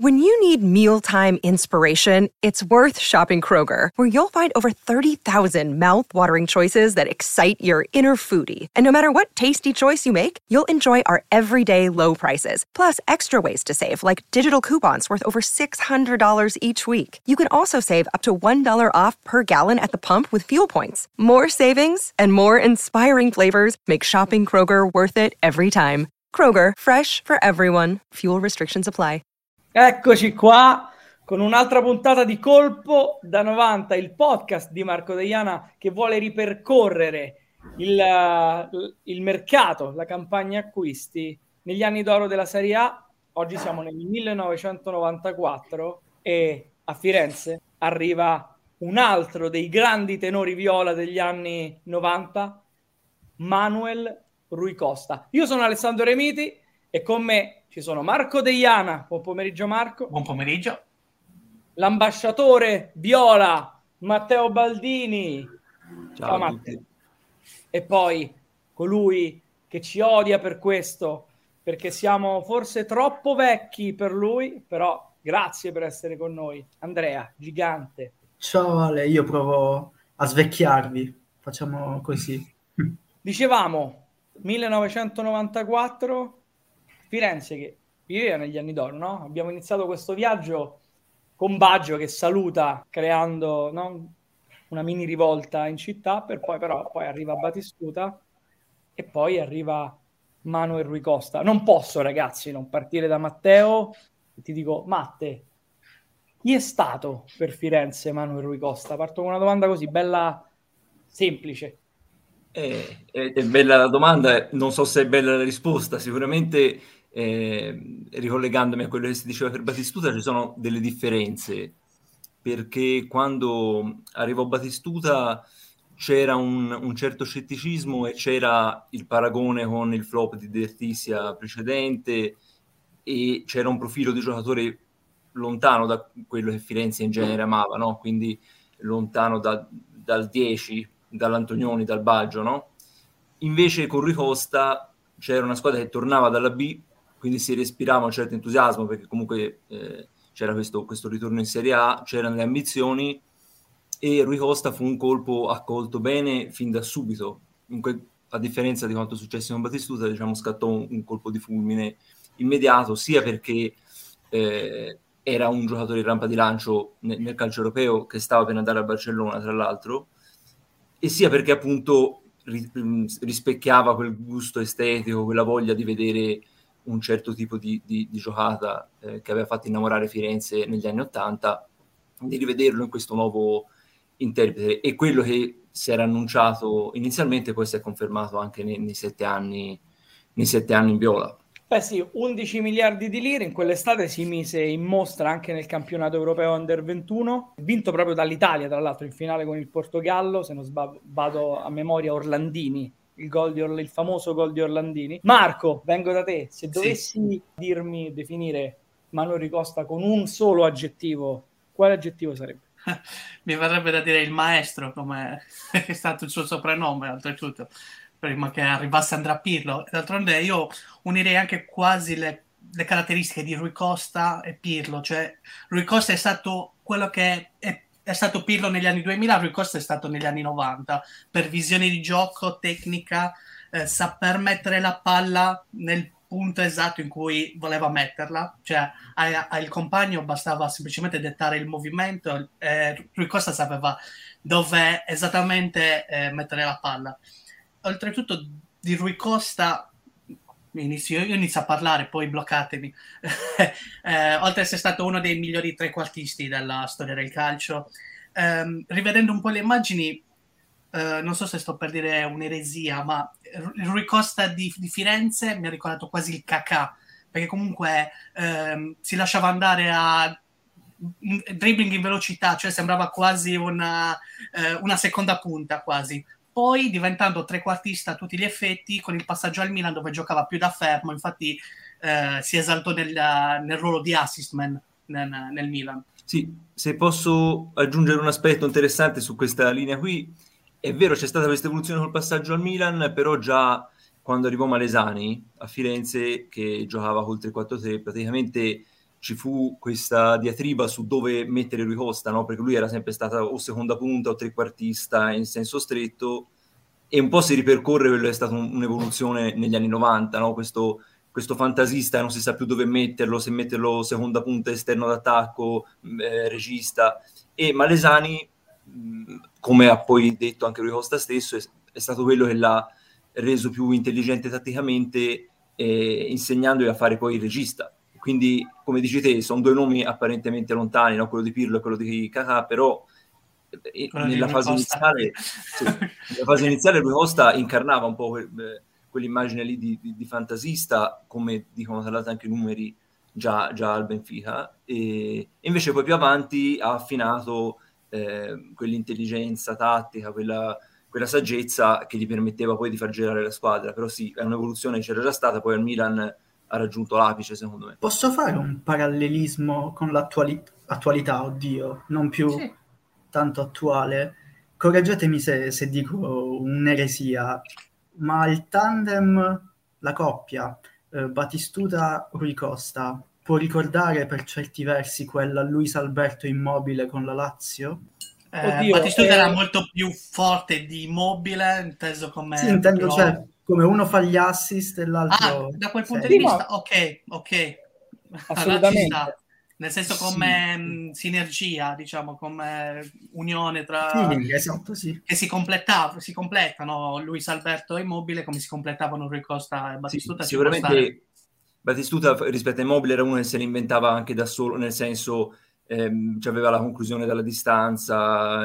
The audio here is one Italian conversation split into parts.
When you need mealtime inspiration, it's worth shopping Kroger, where you'll find over 30,000 mouth-watering choices that excite your inner foodie. And no matter what tasty choice you make, you'll enjoy our everyday low prices, plus extra ways to save, like digital coupons worth over $600 each week. You can also save up to $1 off per gallon at the pump with fuel points. More savings and more inspiring flavors make shopping Kroger worth it every time. Kroger, fresh for everyone. Fuel restrictions apply. Eccoci qua con un'altra puntata di Colpo da 90, il podcast di Marco Deiana che vuole ripercorrere il mercato, la campagna acquisti negli anni d'oro della Serie A. Oggi siamo nel 1994 e a Firenze arriva un altro dei grandi tenori viola degli anni 90, Manuel Rui Costa. Io sono Alessandro Remiti e con me ci sono Marco Deiana. Buon pomeriggio Marco. Buon pomeriggio. L'ambasciatore viola Matteo Baldini. Ciao a tutti. E poi colui che ci odia per questo, perché siamo forse troppo vecchi per lui, però grazie per essere con noi. Andrea, gigante. Ciao Ale, io provo a svecchiarvi. Facciamo così. Dicevamo 1994, Firenze che viveva negli anni d'oro, no? Abbiamo iniziato questo viaggio con Baggio che saluta creando, no, una mini rivolta in città, poi arriva Batistuta e poi arriva Manuel Rui Costa. Non posso, ragazzi, non partire da Matteo e ti dico, Matte, chi è stato per Firenze Manuel Rui Costa? Parto con una domanda così bella semplice. È bella la domanda, non so se è bella la risposta. Sicuramente ricollegandomi a quello che si diceva per Batistuta, ci sono delle differenze, perché quando arrivò Batistuta c'era un certo scetticismo e c'era il paragone con il flop di De Ertisia precedente e c'era un profilo di giocatore lontano da quello che Firenze in genere amava, no? Quindi lontano dal 10, dall'Antonioni, dal Baggio, no? Invece con Rui Costa c'era una squadra che tornava dalla B, quindi si respirava un certo entusiasmo, perché comunque c'era questo ritorno in Serie A, c'erano le ambizioni, e Rui Costa fu un colpo accolto bene fin da subito. A differenza di quanto successe con Batistuta, diciamo, scattò un colpo di fulmine immediato, sia perché era un giocatore in rampa di lancio nel calcio europeo, che stava per andare a Barcellona, tra l'altro, e sia perché appunto rispecchiava quel gusto estetico, quella voglia di vedere un certo tipo di giocata che aveva fatto innamorare Firenze negli anni '80, di rivederlo in questo nuovo interprete. E quello che si era annunciato inizialmente poi si è confermato anche nei 7 anni in viola. Beh sì, 11 miliardi di lire, in quell'estate si mise in mostra anche nel campionato europeo Under 21, vinto proprio dall'Italia, tra l'altro in finale con il Portogallo, se non vado a memoria Orlandini, il famoso gol di Orlandini. Marco, vengo da te, se dovessi definire Manuel Rui Costa con un solo aggettivo, quale aggettivo sarebbe? Mi verrebbe da dire il maestro, come è stato il suo soprannome, oltretutto, prima che arrivasse Andrea Pirlo. D'altronde io unirei anche quasi le caratteristiche di Rui Costa e Pirlo, cioè Rui Costa è stato quello che è stato Pirlo negli anni 2000, Rui Costa è stato negli anni 90, per visione di gioco, tecnica, saper mettere la palla nel punto esatto in cui voleva metterla, cioè al compagno bastava semplicemente dettare il movimento, Rui Costa sapeva dove esattamente mettere la palla. Oltretutto di Rui Costa io inizio a parlare, poi bloccatemi. Oltre ad essere stato uno dei migliori trequartisti della storia del calcio, rivedendo un po' le immagini, non so se sto per dire un'eresia, ma Rui Costa di Firenze mi ha ricordato quasi il Kakà, perché comunque si lasciava andare a dribbling in velocità, cioè sembrava quasi una seconda punta quasi. Poi diventando trequartista a tutti gli effetti, con il passaggio al Milan dove giocava più da fermo, infatti si esaltò nel ruolo di assist man nel Milan. Sì, se posso aggiungere un aspetto interessante su questa linea qui, è vero, c'è stata questa evoluzione col passaggio al Milan, però già quando arrivò Malesani a Firenze, che giocava col 3-4-3, praticamente ci fu questa diatriba su dove mettere Rui Costa, no? Perché lui era sempre stata o seconda punta o trequartista in senso stretto, e un po' si ripercorre quello che è stata un'evoluzione negli anni 90, no? Questo fantasista, non si sa più dove metterlo, se metterlo seconda punta, esterno d'attacco, regista, e Malesani, come ha poi detto anche Rui Costa stesso, è stato quello che l'ha reso più intelligente tatticamente, insegnandogli a fare poi il regista. Quindi, come dici te, sono due nomi apparentemente lontani, no? Quello di Pirlo e quello di Kakà, però nella fase iniziale Rui Costa incarnava un po' quell'immagine lì di fantasista, come dicono tra l'altro anche i numeri già al Benfica, e invece poi più avanti ha affinato quell'intelligenza tattica, quella saggezza che gli permetteva poi di far girare la squadra. Però sì, è un'evoluzione che c'era già stata, poi al Milan ha raggiunto l'apice, secondo me. Posso fare un parallelismo con l'attualità, oddio, non più tanto attuale? Correggetemi se dico un'eresia, ma il tandem, la coppia, Batistuta-Rui Costa, può ricordare per certi versi quella Luis Alberto Immobile con la Lazio? Batistuta era molto più forte di Immobile, inteso come... Sì, intendo, cioè, come uno fa gli assist e l'altro... da quel punto di vista, ok. Assolutamente. Nel senso come sinergia, diciamo, come unione tra... Feeling, esatto, sì. Che si completano Luis Alberto e Immobile, come si completavano Rui Costa e Batistuta. Sì, sicuramente Batistuta rispetto a Immobile era uno che se ne inventava anche da solo, nel senso aveva la conclusione dalla distanza,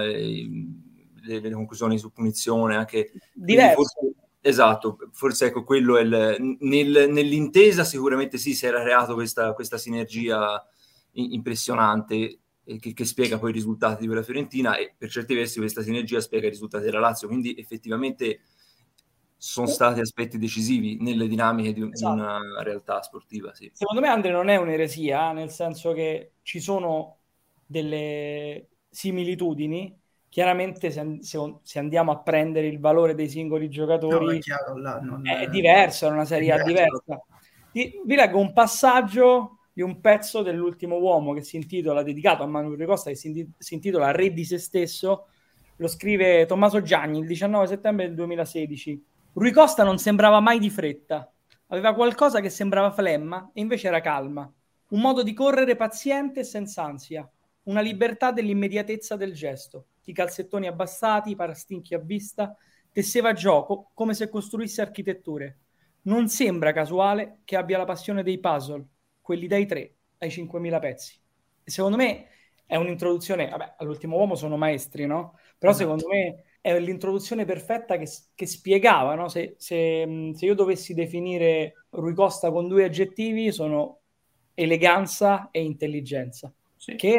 le conclusioni su punizione anche diverso. Esatto, forse ecco, quello è nell'intesa sicuramente sì, si era creato questa sinergia impressionante, che spiega poi i risultati di quella Fiorentina, e per certi versi questa sinergia spiega i risultati della Lazio, quindi effettivamente sono stati aspetti decisivi nelle dinamiche di una realtà sportiva. Sì. Secondo me, Andre, non è un'eresia, nel senso che ci sono delle similitudini. Chiaramente se andiamo a prendere il valore dei singoli giocatori, è chiaro, là, è diverso, è una serie A diversa. Vi leggo un passaggio di un pezzo dell'Ultimo Uomo che si intitola, dedicato a Manuel Rui Costa, che si intitola Re di se stesso. Lo scrive Tommaso Gianni il 19 settembre del 2016. Rui Costa non sembrava mai di fretta, aveva qualcosa che sembrava flemma e invece era calma, un modo di correre paziente e senza ansia, una libertà dell'immediatezza del gesto, i calzettoni abbassati, i parastinchi a vista, tesseva gioco come se costruisse architetture. Non sembra casuale che abbia la passione dei puzzle, quelli dai 3 ai 5.000 pezzi. E secondo me è un'introduzione, all'Ultimo Uomo sono maestri, no? Però secondo me è l'introduzione perfetta che spiegava, no? Se io dovessi definire Rui Costa con due aggettivi, sono eleganza e intelligenza, che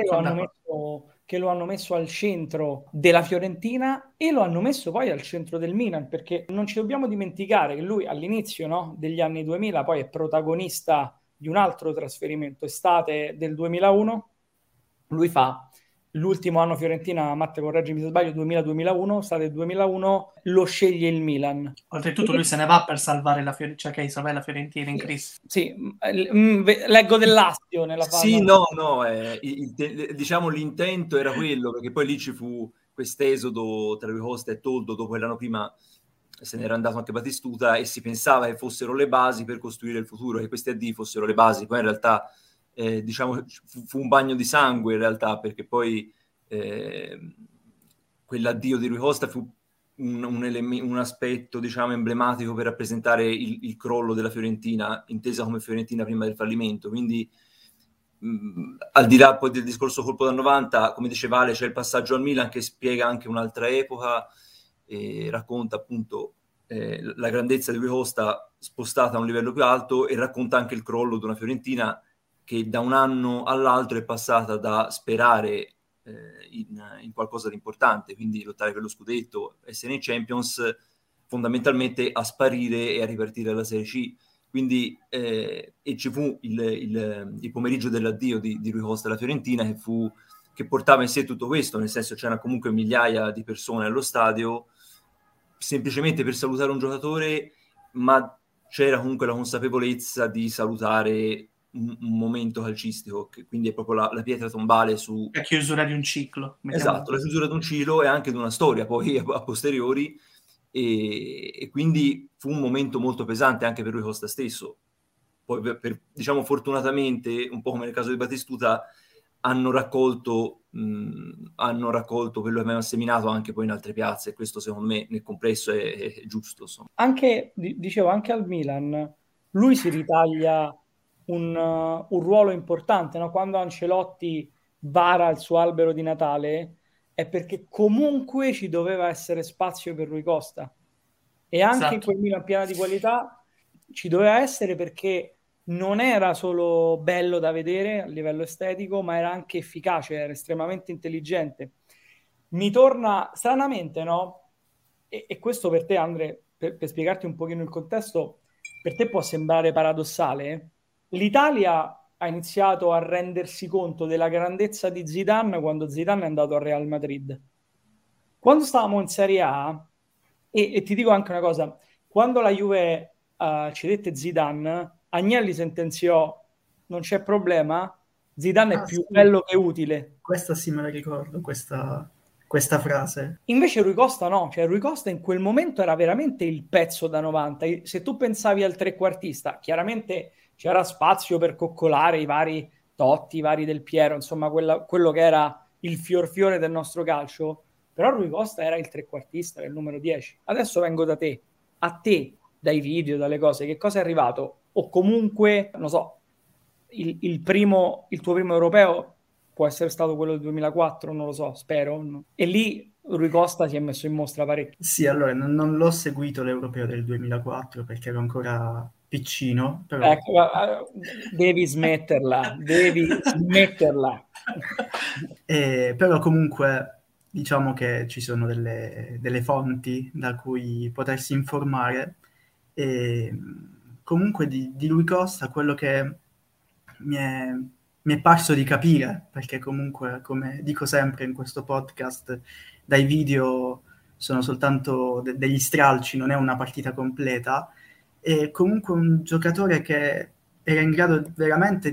lo hanno messo al centro della Fiorentina e lo hanno messo poi al centro del Milan, perché non ci dobbiamo dimenticare che lui all'inizio, no, degli anni 2000 poi è protagonista di un altro trasferimento, estate del 2001, lui fa l'ultimo anno Fiorentina, Matte correggimi se sbaglio, 2000-2001, estate del 2001, lo sceglie il Milan. Oltretutto lui se ne va per salvare la Fiorentina in crisi. Sì, leggo dell'astio nella fase. Sì, no, diciamo l'intento era quello, perché poi lì ci fu quest'esodo tra Rui Costa e Toldo, dopo che l'anno prima se n'era andato anche Batistuta, e si pensava che fossero le basi per costruire il futuro, che questi AD fossero le basi. Poi in realtà diciamo fu un bagno di sangue in realtà, perché poi quell'addio di Rui Costa fu un aspetto, diciamo, emblematico per rappresentare il crollo della Fiorentina, intesa come Fiorentina prima del fallimento. Quindi al di là poi del discorso colpo da 90, come diceva Ale, c'è il passaggio al Milan che spiega anche un'altra epoca e racconta appunto la grandezza di Rui Costa spostata a un livello più alto, e racconta anche il crollo di una Fiorentina che da un anno all'altro è passata da sperare in qualcosa di importante, quindi lottare per lo scudetto, essere in Champions, fondamentalmente a sparire e a ripartire alla Serie C. Quindi e ci fu il pomeriggio dell'addio di Rui Costa alla Fiorentina, che portava in sé tutto questo, nel senso c'erano comunque migliaia di persone allo stadio semplicemente per salutare un giocatore, ma c'era comunque la consapevolezza di salutare un momento calcistico, che quindi è proprio la pietra tombale su... La chiusura di un ciclo. Esatto, la chiusura di un ciclo e anche di una storia poi a posteriori, e quindi fu un momento molto pesante anche per Rui Costa stesso. Poi diciamo fortunatamente, un po' come nel caso di Batistuta, hanno raccolto quello che avevano seminato anche poi in altre piazze, e questo secondo me nel complesso è giusto, insomma. Anche, dicevo, anche al Milan, lui si ritaglia un ruolo importante, no? Quando Ancelotti vara il suo albero di Natale, è perché comunque ci doveva essere spazio per Rui Costa. E anche in quel Milan piena di qualità ci doveva essere, perché non era solo bello da vedere a livello estetico, ma era anche efficace, era estremamente intelligente. Mi torna stranamente, no? E questo per te, Andre, per spiegarti un pochino il contesto, per te può sembrare paradossale. L'Italia ha iniziato a rendersi conto della grandezza di Zidane quando Zidane è andato al Real Madrid. Quando stavamo in Serie A, e ti dico anche una cosa, quando la Juve cedette Zidane, Agnelli sentenziò: non c'è problema, Zidane è più bello che utile. Questa sì, me la ricordo, questa frase. Invece Rui Costa no, cioè Rui Costa in quel momento era veramente il pezzo da 90. Se tu pensavi al trequartista, chiaramente c'era spazio per coccolare i vari Totti, i vari Del Piero, insomma quello che era il fiore del nostro calcio, però Rui Costa era il trequartista, era il numero 10. Adesso vengo da te, a te, dai video, dalle cose, che cosa è arrivato? O comunque, non so, il tuo primo europeo può essere stato quello del 2004, non lo so, spero. No? E lì Rui Costa si è messo in mostra parecchio. Sì, allora non l'ho seguito l'europeo del 2004 perché ero ancora piccino, però... Devi smetterla. Però comunque diciamo che ci sono delle fonti da cui potersi informare, e comunque di Rui Costa quello che mi è parso di capire, perché comunque, come dico sempre in questo podcast, dai video sono soltanto degli stralci, non è una partita completa, e comunque un giocatore che era in grado veramente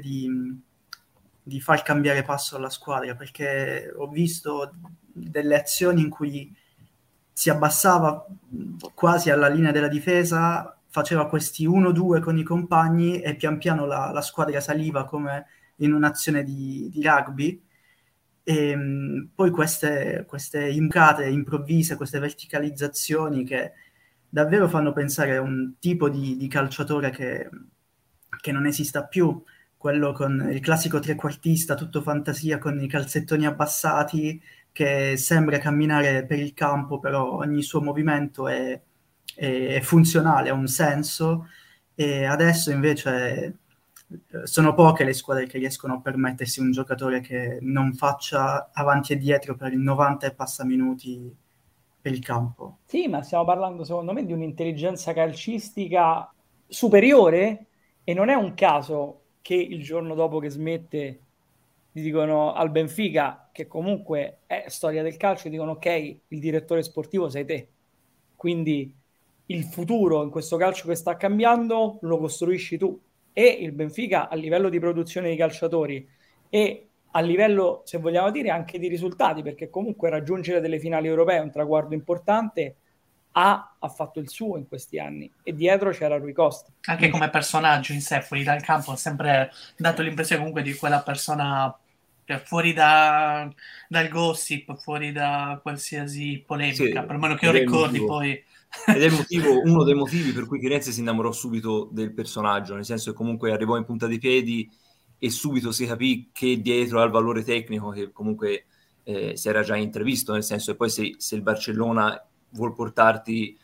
di far cambiare passo alla squadra, perché ho visto delle azioni in cui si abbassava quasi alla linea della difesa, faceva questi 1-2 con i compagni e pian piano la squadra saliva come in un'azione di rugby, e poi queste imbucate improvvise, queste verticalizzazioni che davvero fanno pensare a un tipo di calciatore che non esista più, quello con il classico trequartista tutto fantasia con i calzettoni abbassati che sembra camminare per il campo, però ogni suo movimento è funzionale, ha un senso, e adesso invece sono poche le squadre che riescono a permettersi un giocatore che non faccia avanti e dietro per 90 e passa minuti per il campo. Sì, ma stiamo parlando secondo me di un'intelligenza calcistica superiore, e non è un caso che il giorno dopo che smette gli dicono al Benfica, che comunque è storia del calcio, dicono ok, il direttore sportivo sei te, quindi il futuro in questo calcio che sta cambiando lo costruisci tu. E il Benfica a livello di produzione di calciatori e a livello, se vogliamo dire, anche di risultati, perché comunque raggiungere delle finali europee è un traguardo importante, ha fatto il suo in questi anni, e dietro c'era Rui Costa. Anche come personaggio in sé, fuori dal campo, ha sempre dato l'impressione comunque di quella persona fuori dal gossip, fuori da qualsiasi polemica, Sì, perlomeno che io ricordi poi. Ed è uno dei motivi per cui Firenze si innamorò subito del personaggio, nel senso che comunque arrivò in punta di piedi e subito si capì che dietro al valore tecnico che comunque si era già intravisto, nel senso che poi se il Barcellona vuol portarti,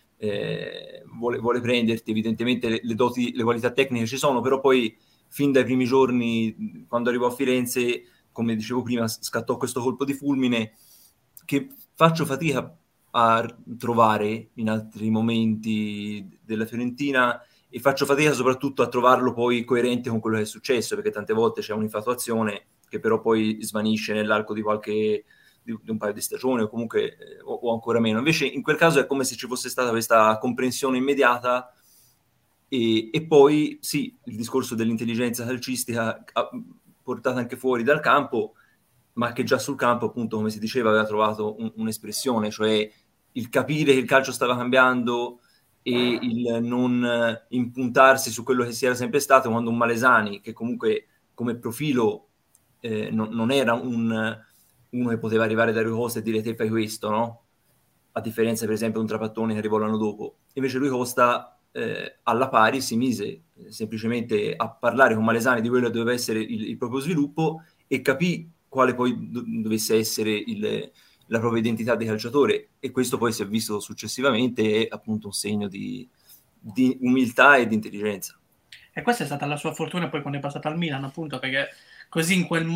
vuole prenderti, evidentemente le doti, le qualità tecniche ci sono, però poi fin dai primi giorni, quando arrivò a Firenze, come dicevo prima, scattò questo colpo di fulmine che faccio fatica a trovare in altri momenti della Fiorentina, e faccio fatica soprattutto a trovarlo poi coerente con quello che è successo, perché tante volte c'è un'infatuazione che però poi svanisce nell'arco di un paio di stagioni o comunque o ancora meno. Invece in quel caso è come se ci fosse stata questa comprensione immediata E poi sì, il discorso dell'intelligenza calcistica portata anche fuori dal campo, ma che già sul campo, appunto, come si diceva, aveva trovato un'espressione, cioè il capire che il calcio stava cambiando e il non impuntarsi su quello che si era sempre stato, quando un Malesani, che comunque come profilo non era uno che poteva arrivare da Rui Costa e dire te fai questo, no? A differenza per esempio di un Trapattoni che arrivò l'anno dopo. Invece Rui Costa alla pari si mise semplicemente a parlare con Malesani di quello che doveva essere il proprio sviluppo e capì quale poi dovesse essere la propria identità di calciatore, e questo poi si è visto successivamente, è appunto un segno di umiltà e di intelligenza. E questa è stata la sua fortuna poi quando è passata al Milan, appunto, perché così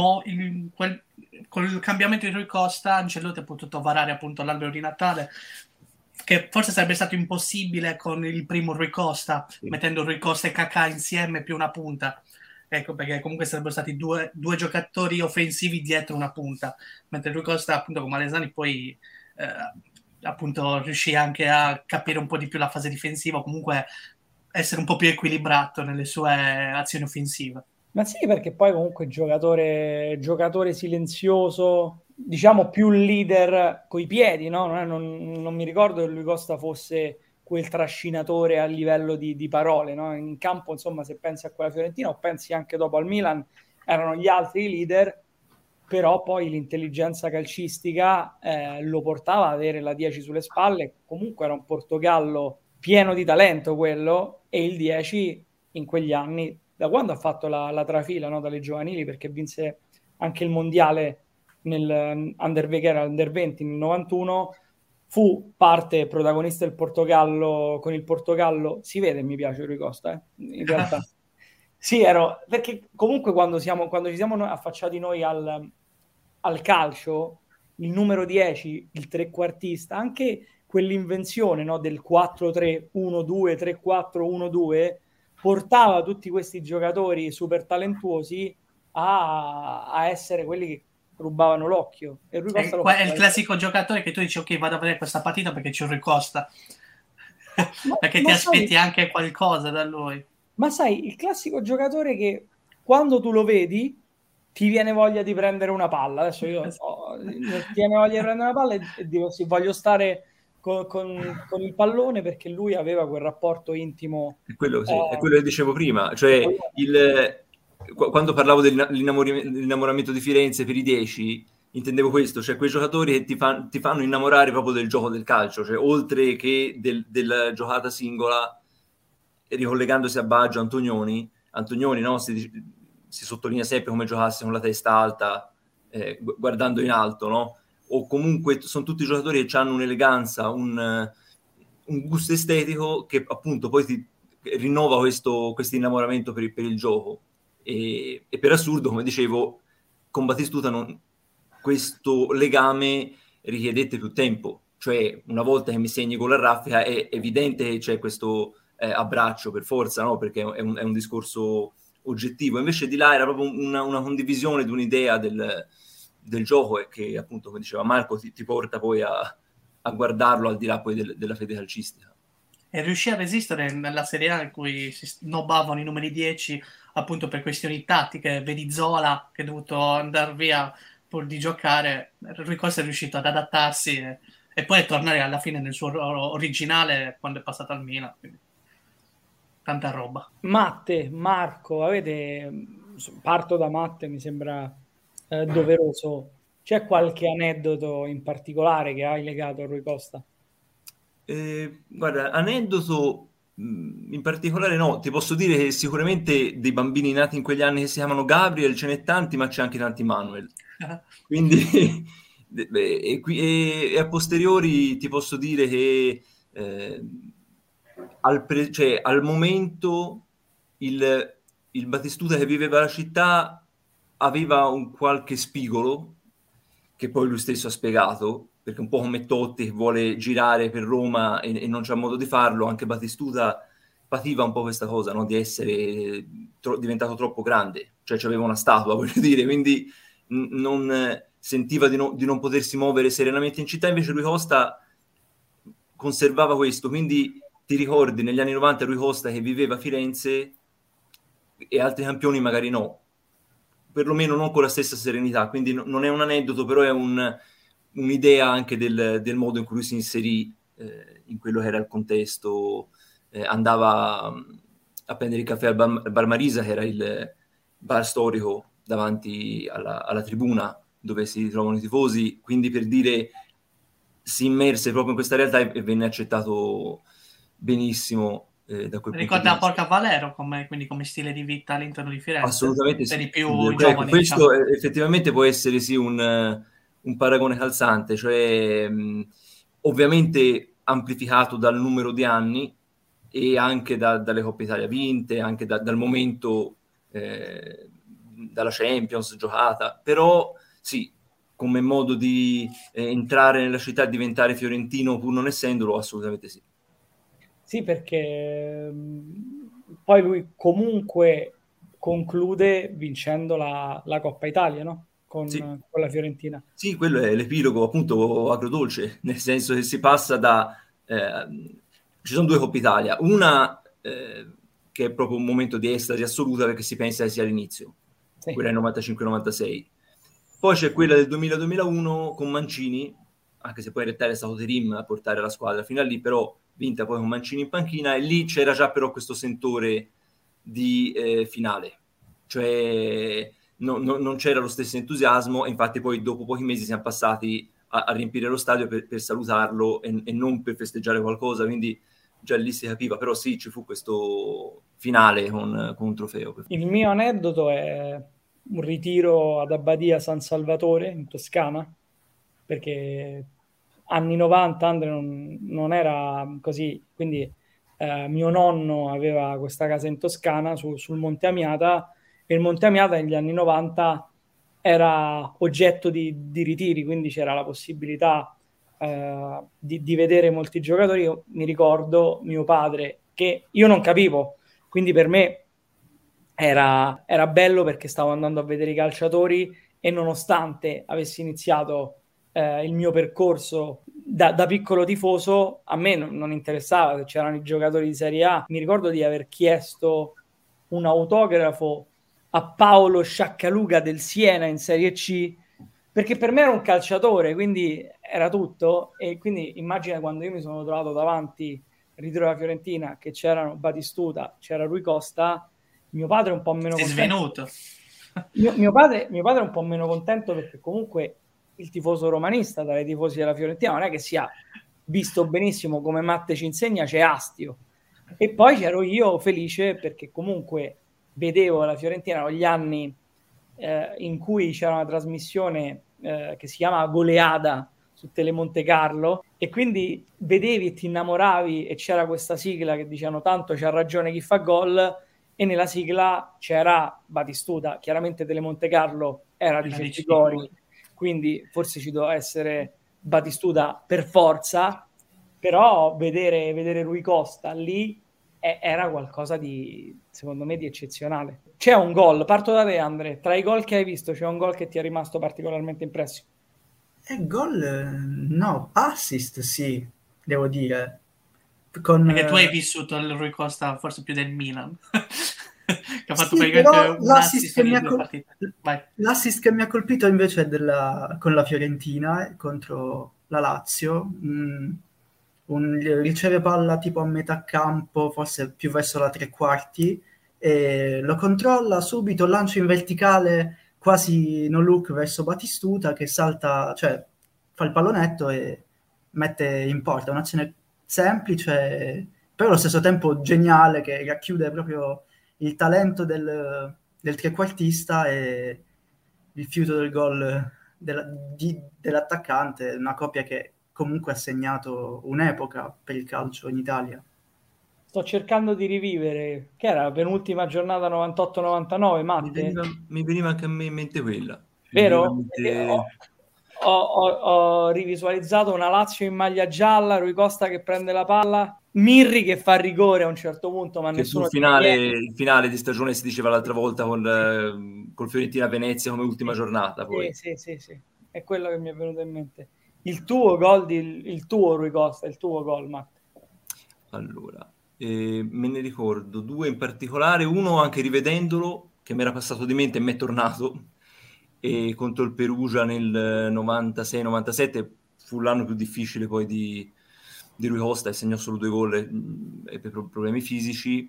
con il cambiamento di Rui Costa Ancelotti ha potuto varare appunto l'albero di Natale, che forse sarebbe stato impossibile con il primo Rui Costa, sì, mettendo Rui Costa e Kaká insieme più una punta. Ecco, perché comunque sarebbero stati due giocatori offensivi dietro una punta, mentre Rui Costa appunto con Malesani poi appunto riuscì anche a capire un po' di più la fase difensiva, comunque essere un po' più equilibrato nelle sue azioni offensive. Ma sì, perché poi comunque giocatore silenzioso, diciamo più leader coi piedi, no? Non mi ricordo che Rui Costa fosse quel trascinatore a livello di parole, no? In campo, insomma, se pensi a quella Fiorentina o pensi anche dopo al Milan, erano gli altri leader, però poi l'intelligenza calcistica lo portava ad avere la 10 sulle spalle. Comunque era un Portogallo pieno di talento quello, e il 10 in quegli anni, da quando ha fatto la trafila, no? Dalle giovanili, perché vinse anche il mondiale nel Under 20 nel 91, fu parte protagonista del Portogallo. Con il Portogallo si vede, mi piace Rui Costa, in realtà. Sì, perché comunque quando ci siamo affacciati noi al calcio, il numero 10, il trequartista, anche quell'invenzione, no, del 4-3-1-2, 3-4-1-2, portava tutti questi giocatori super talentuosi a essere quelli che rubavano l'occhio. E Rui Costa è il classico giocatore che tu dici ok, vado a vedere questa partita perché c'è Rui Costa. Perché ti aspetti anche qualcosa da lui. Ma sai, il classico giocatore che quando tu lo vedi ti viene voglia di prendere una palla. Adesso ti viene voglia di prendere una palla e dico sì, voglio stare con il pallone, perché lui aveva quel rapporto intimo. È quello, sì, è quello che dicevo prima, cioè quando parlavo dell'innamoramento di Firenze per i 10, intendevo questo, cioè quei giocatori che ti fanno innamorare proprio del gioco del calcio, cioè oltre che della giocata singola, ricollegandosi a Baggio, Antonioni, no? Si sottolinea sempre come giocasse con la testa alta, guardando in alto, no? O comunque sono tutti giocatori che hanno un'eleganza, un gusto estetico che appunto poi ti rinnova questo innamoramento per il gioco. E per assurdo, come dicevo, con Batistuta questo legame richiedette più tempo, cioè una volta che mi segni con la raffica è evidente che c'è questo abbraccio per forza, no? Perché è un discorso oggettivo. Invece di là era proprio una condivisione di un'idea del gioco, e che appunto, come diceva Marco, ti porta poi a guardarlo al di là poi della fede calcistica. E riuscì a resistere nella Serie A in cui si snobbavano i numeri 10 appunto per questioni tattiche. Vedi Zola che è dovuto andare via pur di giocare. Rui Costa è riuscito ad adattarsi e poi a tornare alla fine nel suo ruolo originale quando è passato al Milan. Quindi tanta roba. Matte, Marco, parto da Matte, mi sembra doveroso. C'è qualche aneddoto in particolare che hai legato a Rui Costa? Guarda, aneddoto in particolare no, ti posso dire che sicuramente dei bambini nati in quegli anni che si chiamano Gabriel ce n'è tanti, ma c'è anche tanti Manuel. Quindi e a posteriori ti posso dire che al momento il Batistuta che viveva la città aveva un qualche spigolo, che poi lui stesso ha spiegato, perché un po' come Totti che vuole girare per Roma e non c'ha modo di farlo, anche Batistuta pativa un po' questa cosa, no? Di essere diventato troppo grande, cioè c'aveva una statua, voglio dire, quindi non sentiva di non potersi muovere serenamente in città. Invece Rui Costa conservava questo, quindi ti ricordi negli anni 90 Rui Costa che viveva a Firenze e altri campioni magari no, perlomeno non con la stessa serenità, quindi non è un aneddoto, però è un'idea anche del modo in cui lui si inserì in quello che era il contesto. Andava a prendere il caffè al Bar Marisa, che era il bar storico davanti alla tribuna dove si trovano i tifosi, quindi per dire si immerse proprio in questa realtà e venne accettato benissimo da quel Ricorda punto di Porca Valero quindi come stile di vita all'interno di Firenze? assolutamente per sì. i più Ecco, giovani, questo diciamo. Effettivamente può essere sì un paragone calzante, cioè ovviamente amplificato dal numero di anni e anche dalle Coppe Italia vinte, anche dal momento dalla Champions giocata, però sì, come modo di entrare nella città e diventare fiorentino pur non essendolo, assolutamente sì. Sì, perché poi lui comunque conclude vincendo la Coppa Italia, no? Sì. Con la Fiorentina. Sì, quello è l'epilogo appunto agrodolce, nel senso che si passa da... ci sono due Coppe Italia, una che è proprio un momento di estasi assoluta perché si pensa che sia l'inizio, Sì. quella del 95-96. Poi c'è quella del 2000-2001 con Mancini, anche se poi in realtà è stato Terim a portare la squadra fino a lì, però vinta poi con Mancini in panchina, e lì c'era già però questo sentore di finale, cioè non c'era lo stesso entusiasmo, e infatti poi dopo pochi mesi siamo passati a riempire lo stadio per salutarlo e non per festeggiare qualcosa, quindi già lì si capiva, però sì, ci fu questo finale con un trofeo. Il mio aneddoto è un ritiro ad Abbadia San Salvatore in Toscana, perché anni 90 Andre non era così, quindi mio nonno aveva questa casa in Toscana sul Monte Amiata, e il Monte Amiata negli anni 90 era oggetto di ritiri, quindi c'era la possibilità di vedere molti giocatori. Io mi ricordo mio padre, che io non capivo, quindi per me era bello perché stavo andando a vedere i calciatori, e nonostante avessi iniziato il mio percorso da piccolo tifoso, a me non interessava se c'erano i giocatori di Serie A. Mi ricordo di aver chiesto un autografo a Paolo Sciaccaluga del Siena in Serie C, perché per me era un calciatore, quindi era tutto. E quindi immagina quando io mi sono trovato davanti al ritiro della Fiorentina, che c'erano Batistuta, c'era Rui Costa. Mio padre è un po' meno contento. Svenuto. Mio padre è un po' meno contento perché comunque il tifoso romanista dai tifosi della Fiorentina non è che sia visto benissimo, come Matte ci insegna, c'è astio. E poi c'ero io felice perché comunque vedevo la Fiorentina negli anni in cui c'era una trasmissione che si chiama Goleada su Telemonte Carlo, e quindi vedevi e ti innamoravi, e c'era questa sigla che dicevano tanto c'ha ragione chi fa gol, e nella sigla c'era Batistuta. Chiaramente Telemonte Carlo era di Certigori, quindi forse ci doveva essere Batistuta per forza, però vedere Rui Costa lì era qualcosa di, secondo me, di eccezionale. C'è un gol, parto da te Andre, tra i gol che hai visto c'è un gol che ti è rimasto particolarmente impresso? Gol no, assist sì, devo dire. Perché tu hai vissuto il Rui Costa forse più del Milan, che ha fatto sì, praticamente un assist ogni due partite. L'assist che mi ha colpito invece è con la Fiorentina contro la Lazio. Riceve palla tipo a metà campo, forse più verso la tre quarti, e lo controlla subito, lancio in verticale quasi no look verso Batistuta, che salta, cioè fa il pallonetto e mette in porta. Un'azione semplice, però allo stesso tempo geniale, che racchiude proprio il talento del trequartista e il fiuto del gol dell'attaccante, una coppia che comunque ha segnato un'epoca per il calcio in Italia. Sto cercando di rivivere, che era la penultima giornata 98-99, Matte? Mi veniva anche a me in mente quella. Vero? Ho rivisualizzato una Lazio in maglia gialla, Rui Costa che prende la palla, Mirri che fa rigore a un certo punto, ma che nessuno... il finale di stagione si diceva l'altra volta col Fiorentina Venezia come ultima giornata. Poi. Sì, è quello che mi è venuto in mente. Il tuo gol, il tuo Rui Costa, il tuo gol, Matt? Allora, me ne ricordo due in particolare, uno anche rivedendolo, che mi era passato di mente e mi è tornato, e contro il Perugia nel 96-97 fu l'anno più difficile poi di Rui Costa, e segnò solo 2 gol per problemi fisici,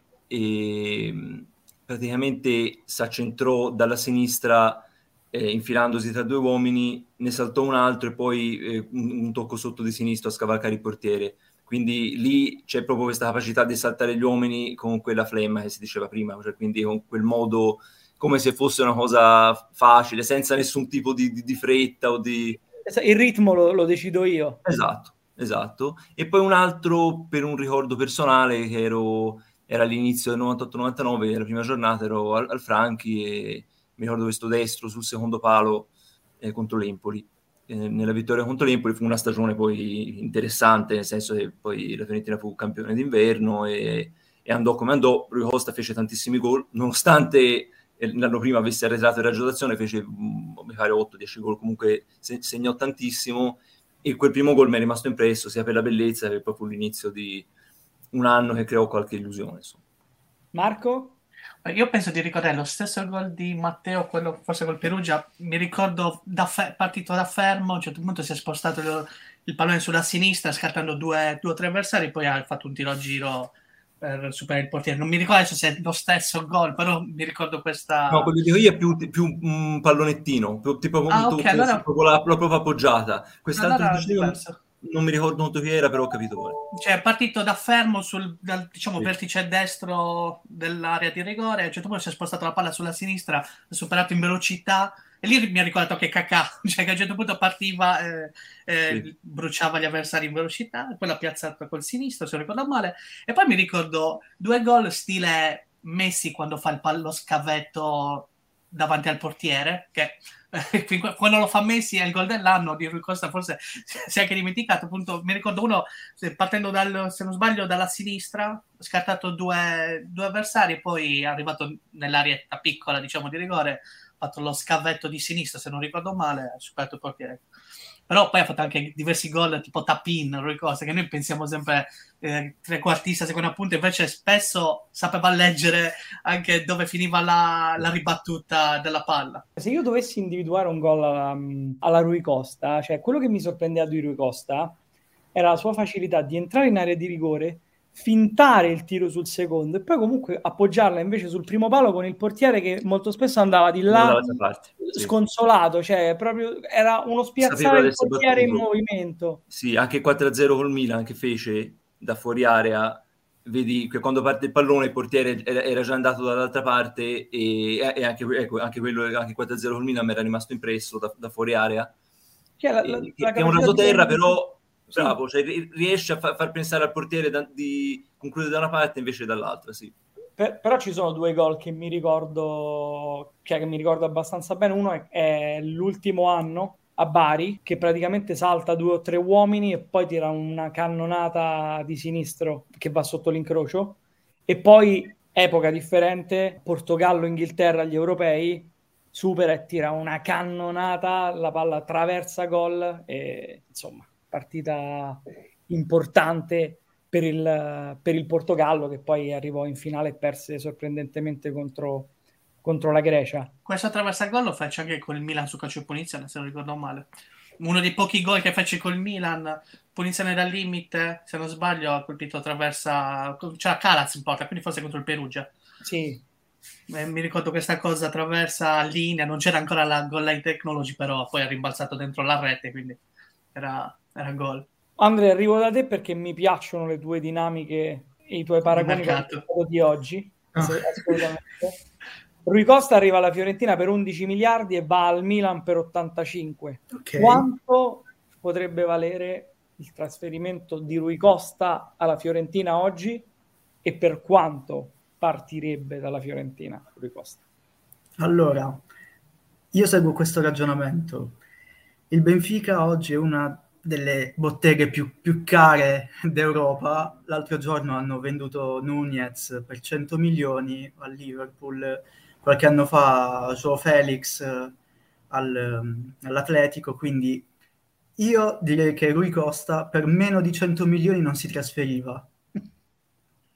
e praticamente si accentrò dalla sinistra infilandosi tra 2 uomini, ne saltò un altro e poi un tocco sotto di sinistro a scavalcare il portiere. Quindi lì c'è proprio questa capacità di saltare gli uomini con quella flemma che si diceva prima, cioè quindi con quel modo come se fosse una cosa facile, senza nessun tipo di fretta o di... Il ritmo lo decido io. Esatto. E poi un altro per un ricordo personale, che era all'inizio del 98-99, la prima giornata, ero al Franchi e mi ricordo questo destro sul secondo palo contro l'Empoli. Nella vittoria contro l'Empoli fu una stagione poi interessante, nel senso che poi la Fiorentina fu campione d'inverno e andò come andò. Rui Costa fece tantissimi gol, nonostante l'anno prima avesse arretrato in ragionazione, fece mi pare 8-10 gol, comunque segnò tantissimo, e quel primo gol mi è rimasto impresso sia per la bellezza che poi fu l'inizio di un anno che creò qualche illusione, insomma. Marco? Io penso di ricordare lo stesso gol di Matteo, quello forse col Perugia. Mi ricordo partito da fermo, a un certo punto si è spostato il pallone sulla sinistra, scartando due o tre avversari, poi ha fatto un tiro a giro per superare il portiere. Non mi ricordo adesso se è lo stesso gol, però mi ricordo questa... No, quello di dico io è più un pallonettino, tipo ok, allora... proprio appoggiata. Quest'altro allora che dicevo, diverso. non mi ricordo molto chi era, però ho capito quale. Cioè, è partito da fermo dal diciamo, Sì. vertice destro dell'area di rigore, a un certo punto si è spostato la palla sulla sinistra, ha superato in velocità, e lì mi ha ricordato che Kakà, cioè che a un certo punto partiva, Sì. bruciava gli avversari in velocità, poi l'ha piazzato col sinistro, se non ricordo male, e poi mi ricordo 2 gol stile Messi quando fa lo scavetto davanti al portiere, che quando lo fa Messi è il gol dell'anno. Di Rui Costa forse si è anche dimenticato, appunto. Mi ricordo uno partendo se non sbaglio dalla sinistra, scartato due avversari e poi è arrivato nell'arietta piccola, diciamo, di rigore, ha fatto lo scavetto di sinistra, se non ricordo male, ha superato il portiere. Però poi ha fatto anche diversi gol tipo tap-in, Rui Costa, che noi pensiamo sempre trequartista, seconda punta, invece spesso sapeva leggere anche dove finiva la ribattuta della palla. Se io dovessi individuare un gol alla Rui Costa, cioè quello che mi sorprendeva di Rui Costa era la sua facilità di entrare in area di rigore, fintare il tiro sul secondo e poi comunque appoggiarla invece sul primo palo con il portiere che molto spesso andava di là sconsolato, cioè proprio era uno spiazzare il portiere in movimento. Sì, anche 4-0 col Milan che fece da fuori area, vedi che quando parte il pallone il portiere era già andato dall'altra parte, e anche quello, anche 4-0 col Milan mi era rimasto impresso da fuori area, che è un rasoterra però bravo, cioè riesce a far pensare al portiere di concludere da una parte invece dall'altra, sì. Però ci sono 2 gol che mi ricordo, cioè che mi ricordo abbastanza bene. Uno è l'ultimo anno a Bari, che praticamente salta 2 o 3 uomini e poi tira una cannonata di sinistro che va sotto l'incrocio, e poi epoca differente, Portogallo-Inghilterra agli europei, supera e tira una cannonata, la palla attraversa gol, e insomma partita importante per il Portogallo, che poi arrivò in finale e perse sorprendentemente contro la Grecia. Questo attraversa gol lo fece anche con il Milan su calcio di punizione, se non ricordo male. Uno dei pochi gol che fece col Milan, punizione dal limite, se non sbaglio ha colpito attraversa, c'era Calaz in porta, quindi forse contro il Perugia. Sì. Mi ricordo questa cosa attraversa linea, non c'era ancora la goal line technology, però poi ha rimbalzato dentro la rete, quindi era gol. Andrea, arrivo da te perché mi piacciono le tue dinamiche e i tuoi paragoni di oggi. Assolutamente. Rui Costa arriva alla Fiorentina per 11 miliardi e va al Milan per 85. Okay. Quanto potrebbe valere il trasferimento di Rui Costa alla Fiorentina oggi e per quanto partirebbe dalla Fiorentina Rui Costa? Allora, io seguo questo ragionamento. Il Benfica oggi è una delle botteghe più care d'Europa. L'altro giorno hanno venduto Nunez per 100 milioni al Liverpool, qualche anno fa João Felix all'Atletico, quindi io direi che Rui Costa per meno di 100 milioni non si trasferiva.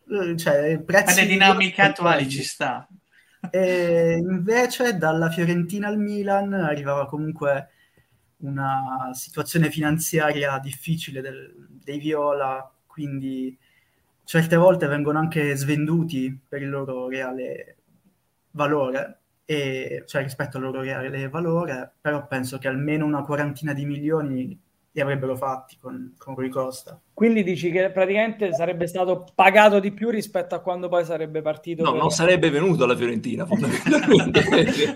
cioè prezzi le dinamiche attuali ci sta. E invece dalla Fiorentina al Milan arrivava comunque una situazione finanziaria difficile dei viola, quindi certe volte vengono anche svenduti per il loro reale valore, cioè rispetto al loro reale valore, però penso che almeno una quarantina di milioni li avrebbero fatti con Rui Costa. Quindi dici che praticamente sarebbe stato pagato di più rispetto a quando poi sarebbe partito? No, non sarebbe venuto alla Fiorentina, fondamentalmente.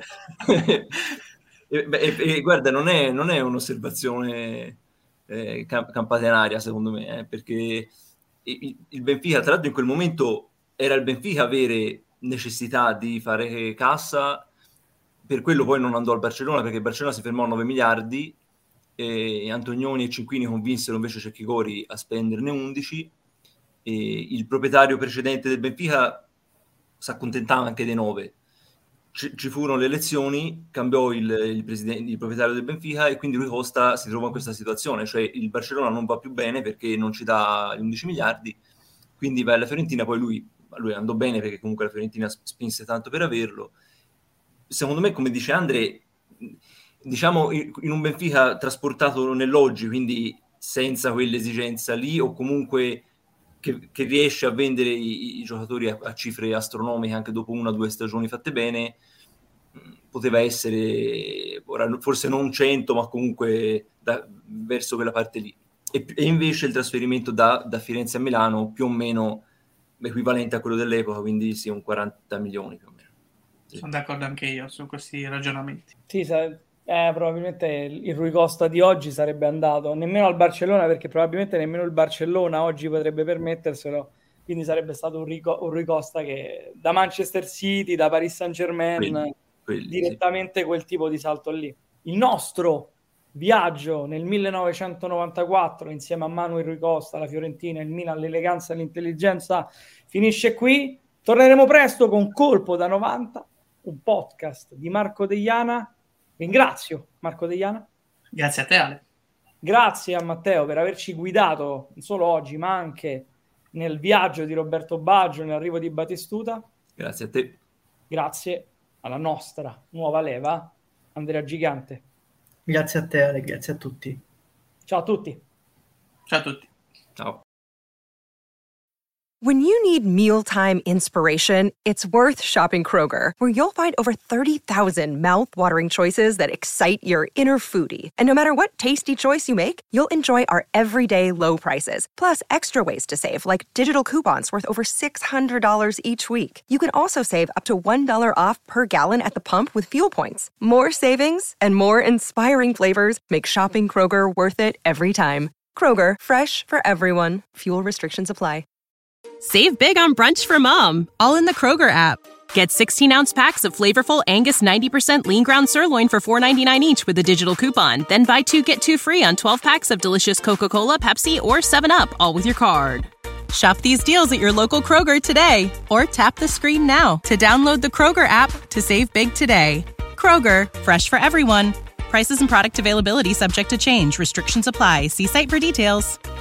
Guarda, non è un'osservazione campata in aria, secondo me, perché il Benfica, tra l'altro in quel momento era il Benfica avere necessità di fare cassa, per quello poi non andò al Barcellona, perché il Barcellona si fermò a 9 miliardi e Antonioni e Cinquini convinsero invece Cecchigori a spenderne 11 e il proprietario precedente del Benfica si accontentava anche dei 9. Ci furono le elezioni, cambiò il proprietario del Benfica e quindi Rui Costa si trova in questa situazione, cioè il Barcellona non va più bene perché non ci dà gli 11 miliardi, quindi va alla Fiorentina, poi lui andò bene perché comunque la Fiorentina spinse tanto per averlo. Secondo me, come dice Andre, diciamo in un Benfica trasportato nell'oggi, quindi senza quell'esigenza lì, o comunque che riesce a vendere i giocatori a cifre astronomiche anche dopo 1 o 2 stagioni fatte bene, poteva essere forse non 100, ma comunque verso quella parte lì. E invece il trasferimento da Firenze a Milano più o meno equivalente a quello dell'epoca, quindi sì, un 40 milioni più o meno. Sì. Sono d'accordo anche io su questi ragionamenti. Sì, probabilmente il Rui Costa di oggi sarebbe andato nemmeno al Barcellona, perché probabilmente nemmeno il Barcellona oggi potrebbe permetterselo, quindi sarebbe stato un Rui Costa che da Manchester City, da Paris Saint-Germain, direttamente sì, quel tipo di salto lì. Il nostro viaggio nel 1994 insieme a Manuel Rui Costa, la Fiorentina, il Milan, l'eleganza e l'intelligenza finisce qui. Torneremo presto con Colpo da 90, un podcast di Marco Deiana. Ringrazio Marco Deiana. Grazie a te, Ale. Grazie a Matteo per averci guidato non solo oggi ma anche nel viaggio di Roberto Baggio, nell'arrivo di Batistuta. Grazie a te. Grazie alla nostra nuova leva, Andrea Gigante. Grazie a te, Ale, grazie a tutti. Ciao a tutti. Ciao a tutti. Ciao. When you need mealtime inspiration, it's worth shopping Kroger, where you'll find over 30,000 mouth-watering choices that excite your inner foodie. And no matter what tasty choice you make, you'll enjoy our everyday low prices, plus extra ways to save, like digital coupons worth over $600 each week. You can also save up to $1 off per gallon at the pump with fuel points. More savings and more inspiring flavors make shopping Kroger worth it every time. Kroger, fresh for everyone. Fuel restrictions apply. Save big on brunch for mom, all in the Kroger app. Get 16-ounce packs of flavorful Angus 90% lean ground sirloin for $4.99 each with a digital coupon. Then buy 2, get 2 free on 12 packs of delicious Coca-Cola, Pepsi, or 7-Up, all with your card. Shop these deals at your local Kroger today, or tap the screen now to download the Kroger app to save big today. Kroger, fresh for everyone. Prices and product availability subject to change. Restrictions apply. See site for details.